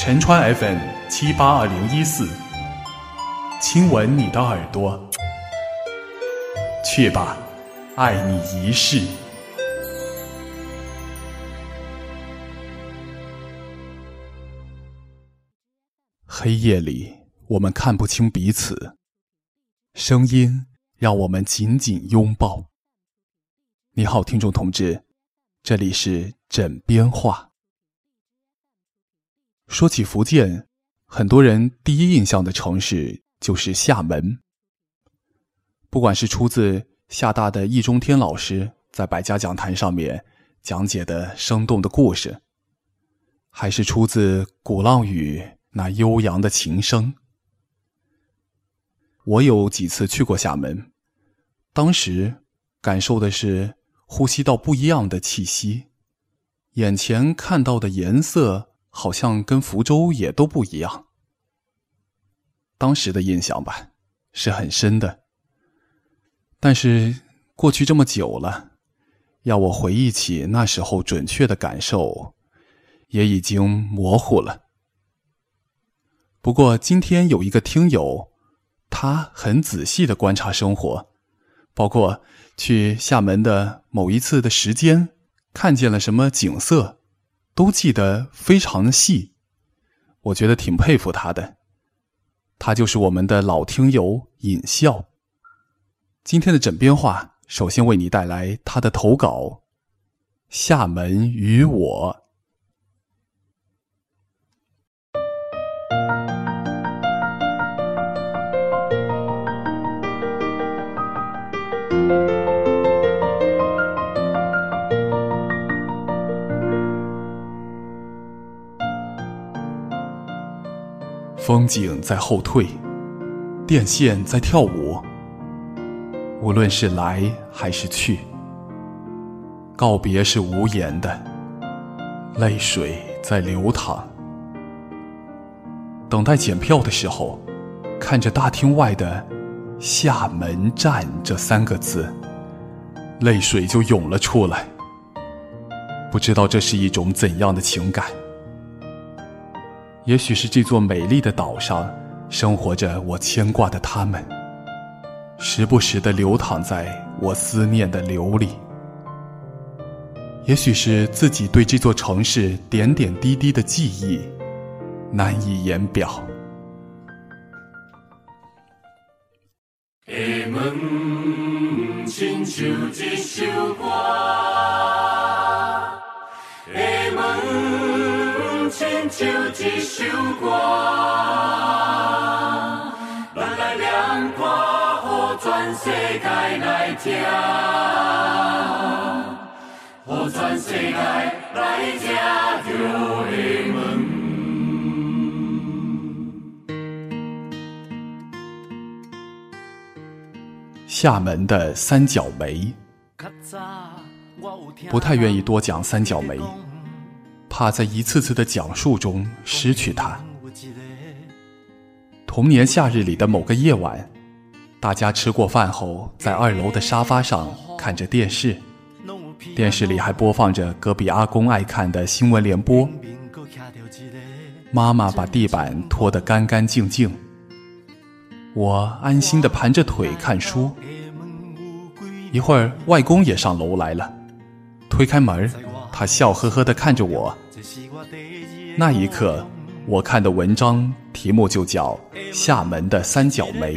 陈川 FM 782014，亲吻你的耳朵，去吧，爱你一世。黑夜里，我们看不清彼此，声音让我们紧紧拥抱。你好，听众同志，这里是枕边话。说起福建，很多人第一印象的城市就是厦门。不管是出自厦大的易中天老师在百家讲坛上面讲解的生动的故事，还是出自鼓浪屿那悠扬的琴声。我有几次去过厦门，当时感受的是呼吸到不一样的气息，眼前看到的颜色好像跟福州也都不一样。当时的印象吧，是很深的。但是过去这么久了，要我回忆起那时候准确的感受，也已经模糊了。不过今天有一个听友，他很仔细地观察生活，包括去厦门的某一次的时间，看见了什么景色，都记得非常细，我觉得挺佩服他的。他就是我们的老听友尹笑。今天的枕边话，首先为你带来他的投稿，厦门与我。风景在后退，电线在跳舞，无论是来还是去，告别是无言的，泪水在流淌。等待检票的时候，看着大厅外的厦门站这3个字，泪水就涌了出来。不知道这是一种怎样的情感。也许是这座美丽的岛上生活着我牵挂的他们，时不时地流淌在我思念的流里。也许是自己对这座城市点点滴滴的记忆难以言表。 厦门亲像一首歌，厦门亲像一首歌，咱来念歌，予全世界来听，予全世界来听着厦门。 厦门的三角梅，不太愿意多讲三角梅，怕在一次次的讲述中失去它。童年夏日里的某个夜晚，大家吃过饭后在2楼的沙发上看着电视，电视里还播放着隔壁阿公爱看的新闻联播。妈妈把地板拖得干干净净，我安心地盘着腿看书。一会儿外公也上楼来了，推开门，他笑呵呵地看着我。那一刻，我看的文章题目就叫《厦门的三角梅》。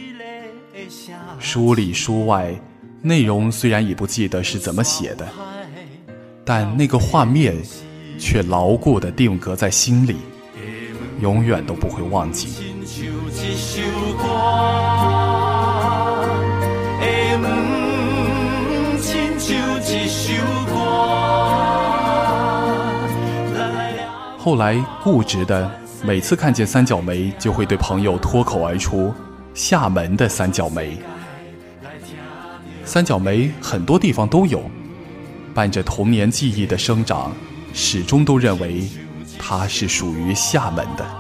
书里书外，内容虽然已不记得是怎么写的，但那个画面却牢固地定格在心里，永远都不会忘记。后来固执的每次看见三角梅，就会对朋友脱口而出厦门的三角梅。三角梅很多地方都有，伴着童年记忆的生长，始终都认为它是属于厦门的。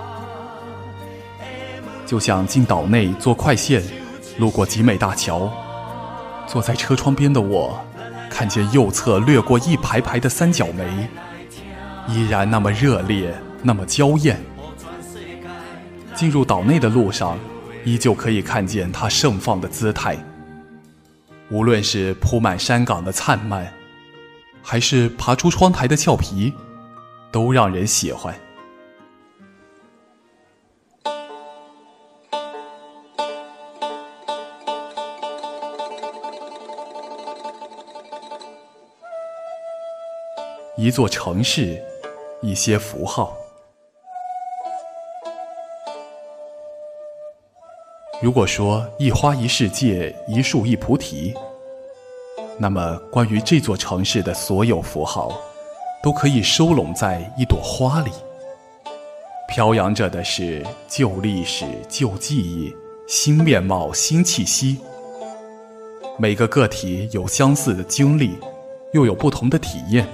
就像进岛内坐快线，路过集美大桥，坐在车窗边的我，看见右侧掠过一排排的三角梅，依然那么热烈， 那么娇艳。进入岛内的路上，依旧可以看见它盛放的姿态。无论是铺满山岗的灿烂，还是爬出窗台的俏皮，都让人喜欢。一座城市，一些符号。如果说一花一世界，一树一菩提，那么关于这座城市的所有符号，都可以收拢在一朵花里。飘扬着的是旧历史、旧记忆、新面貌、新气息。每个个体有相似的经历，又有不同的体验。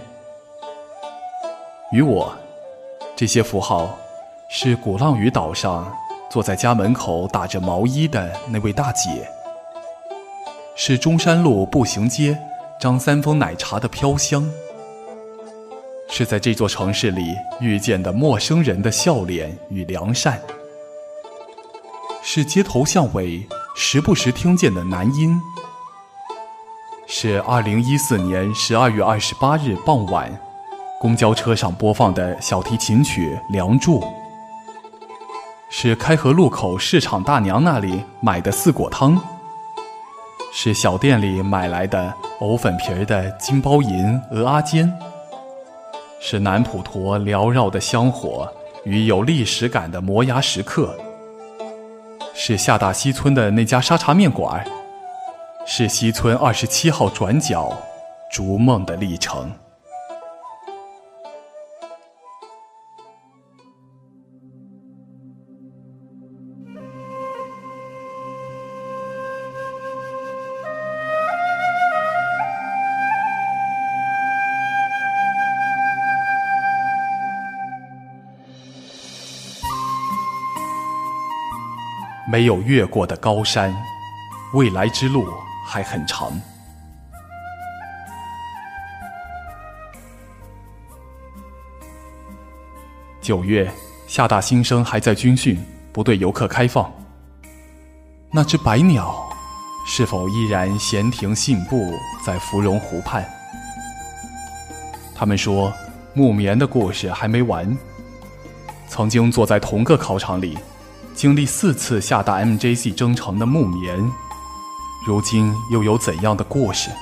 于我，这些符号是鼓浪屿岛上坐在家门口打着毛衣的那位大姐，是中山路步行街张三丰奶茶的飘香，是在这座城市里遇见的陌生人的笑脸与良善，是街头巷尾时不时听见的男音，是2014年12月28日傍晚公交车上播放的小提琴曲《梁祝》，是开河路口市场大娘那里买的四果汤，是小店里买来的藕粉皮的金包银鹅阿煎，是南普陀缭绕的香火与有历史感的磨牙时刻，是下大西村的那家沙茶面馆，是西村27号转角逐梦的历程。没有越过的高山，未来之路还很长。9月，厦大新生还在军训，不对游客开放。那只白鸟，是否依然闲庭信步在芙蓉湖畔？他们说，木棉的故事还没完。曾经坐在同个考场里，经历4次厦大 MJC 征程的木棉，如今又有怎样的故事？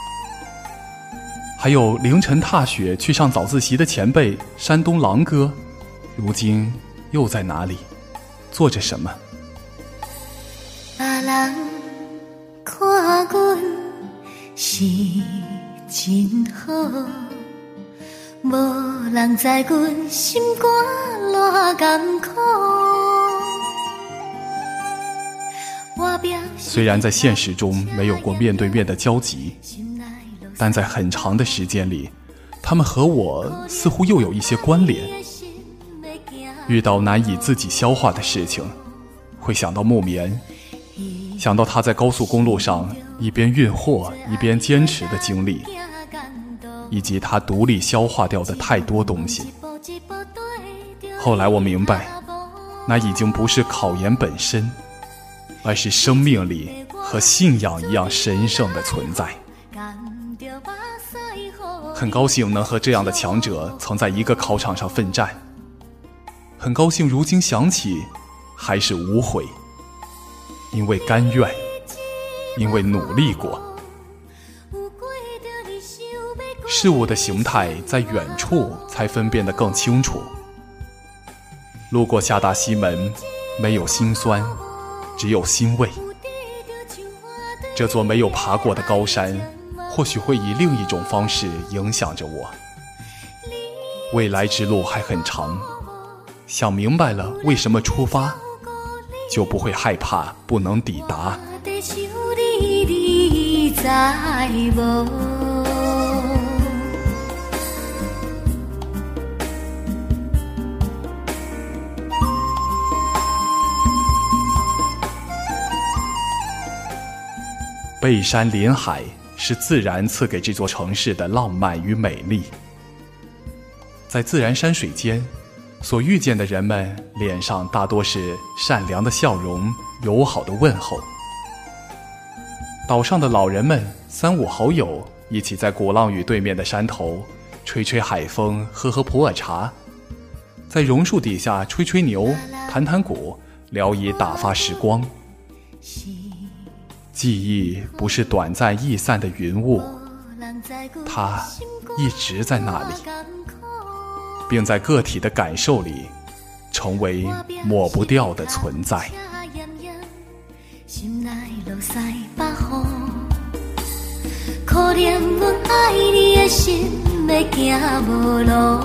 还有凌晨踏雪去上早自习的前辈山东狼哥，如今又在哪里，做着什么？ 别人看阮是真好，无人知阮心肝偌艰苦。 虽然在现实中没有过面对面的交集，但在很长的时间里，他们和我似乎又有一些关联。遇到难以自己消化的事情，会想到木棉，想到他在高速公路上一边运货一边坚持的经历，以及他独立消化掉的太多东西。后来我明白，那已经不是考研本身，而是生命里和信仰一样神圣的存在。很高兴能和这样的强者曾在一个考场上奋战，很高兴如今想起还是无悔，因为甘愿，因为努力过。事物的形态在远处才分辨得更清楚。路过厦大西门，没有心酸，只有欣慰。这座没有爬过的高山，或许会以另一种方式影响着我。未来之路还很长，想明白了为什么出发，就不会害怕不能抵达。背山临海是自然赐给这座城市的浪漫与美丽。在自然山水间， 所遇见的人们脸上大多是善良的笑容，友好的问候。岛上的老人们3、5好友一起在鼓浪屿对面的山头吹吹海风，喝喝普洱茶，在榕树底下吹吹牛，弹弹鼓，聊以打发时光。记忆不是短暂易散的云雾，它一直在那里，并在个体的感受里成为抹不掉的存在。 心内落西北雨，可怜阮爱你的心要行无路，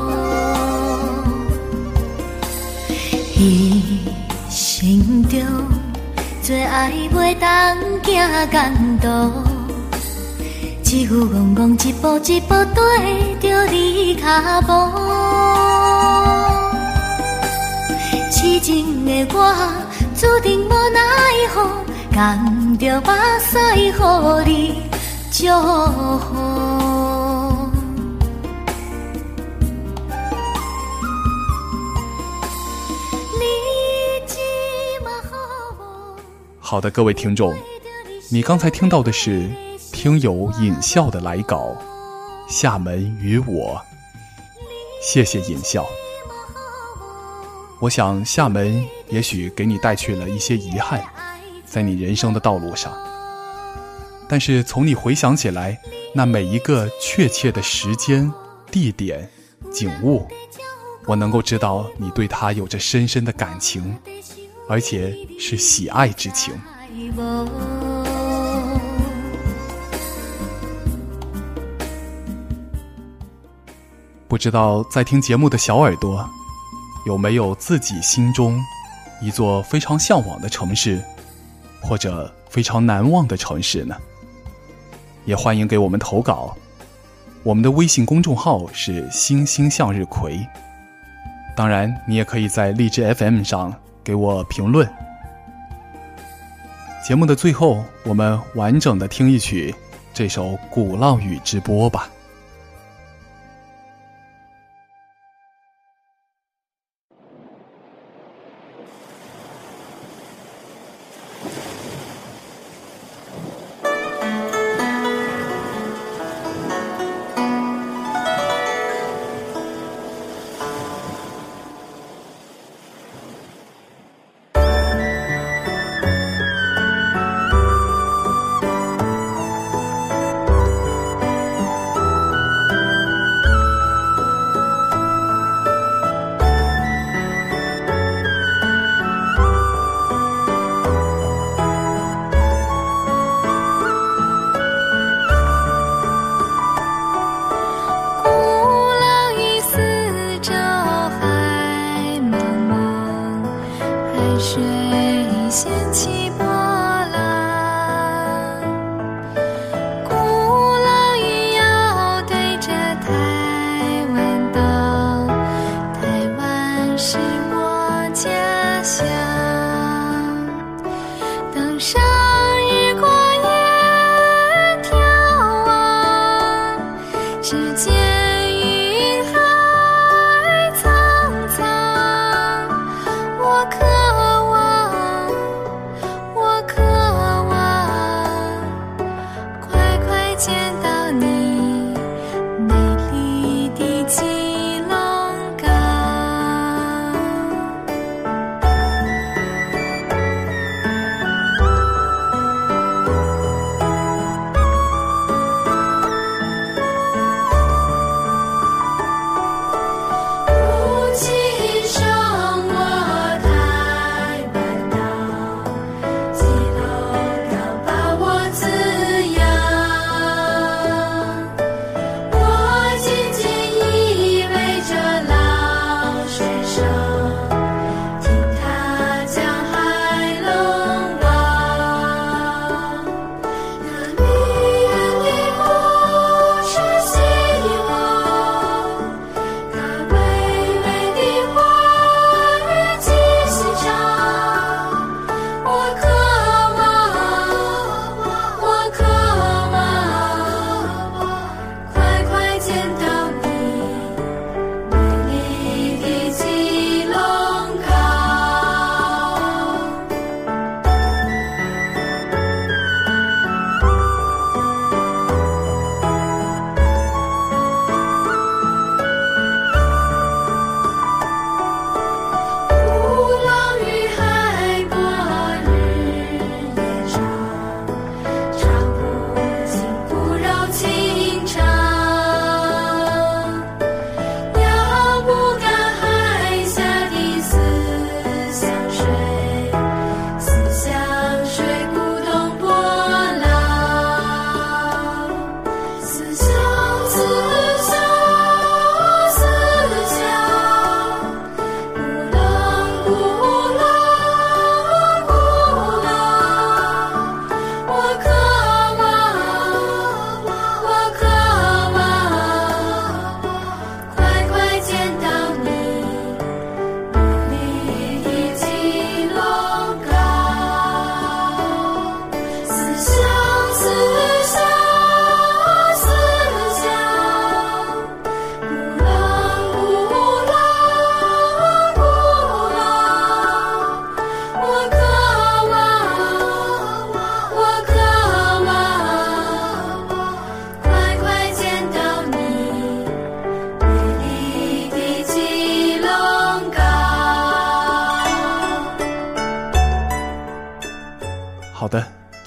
伊心中最爱袂当行港道，一句戆戆一步一步跟着你脚步，痴情的我注定无奈何，甘着目屎予你祝福。 好的，各位听众，你刚才听到的是听友尹笑的来稿《厦门与我》，谢谢尹笑。我想厦门也许给你带去了一些遗憾，在你人生的道路上，但是从你回想起来，那每一个确切的时间、地点、景物，我能够知道你对它有着深深的感情，而且是喜爱之情。不知道在听节目的小耳朵有没有自己心中一座非常向往的城市，或者非常难忘的城市呢？也欢迎给我们投稿，我们的微信公众号是星星向日葵，当然你也可以在荔枝 FM 上给我评论。节目的最后，我们完整的听一曲这首《鼓浪屿之波》吧。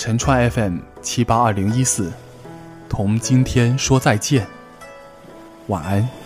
陈川 FM782014，同今天说再见，晚安。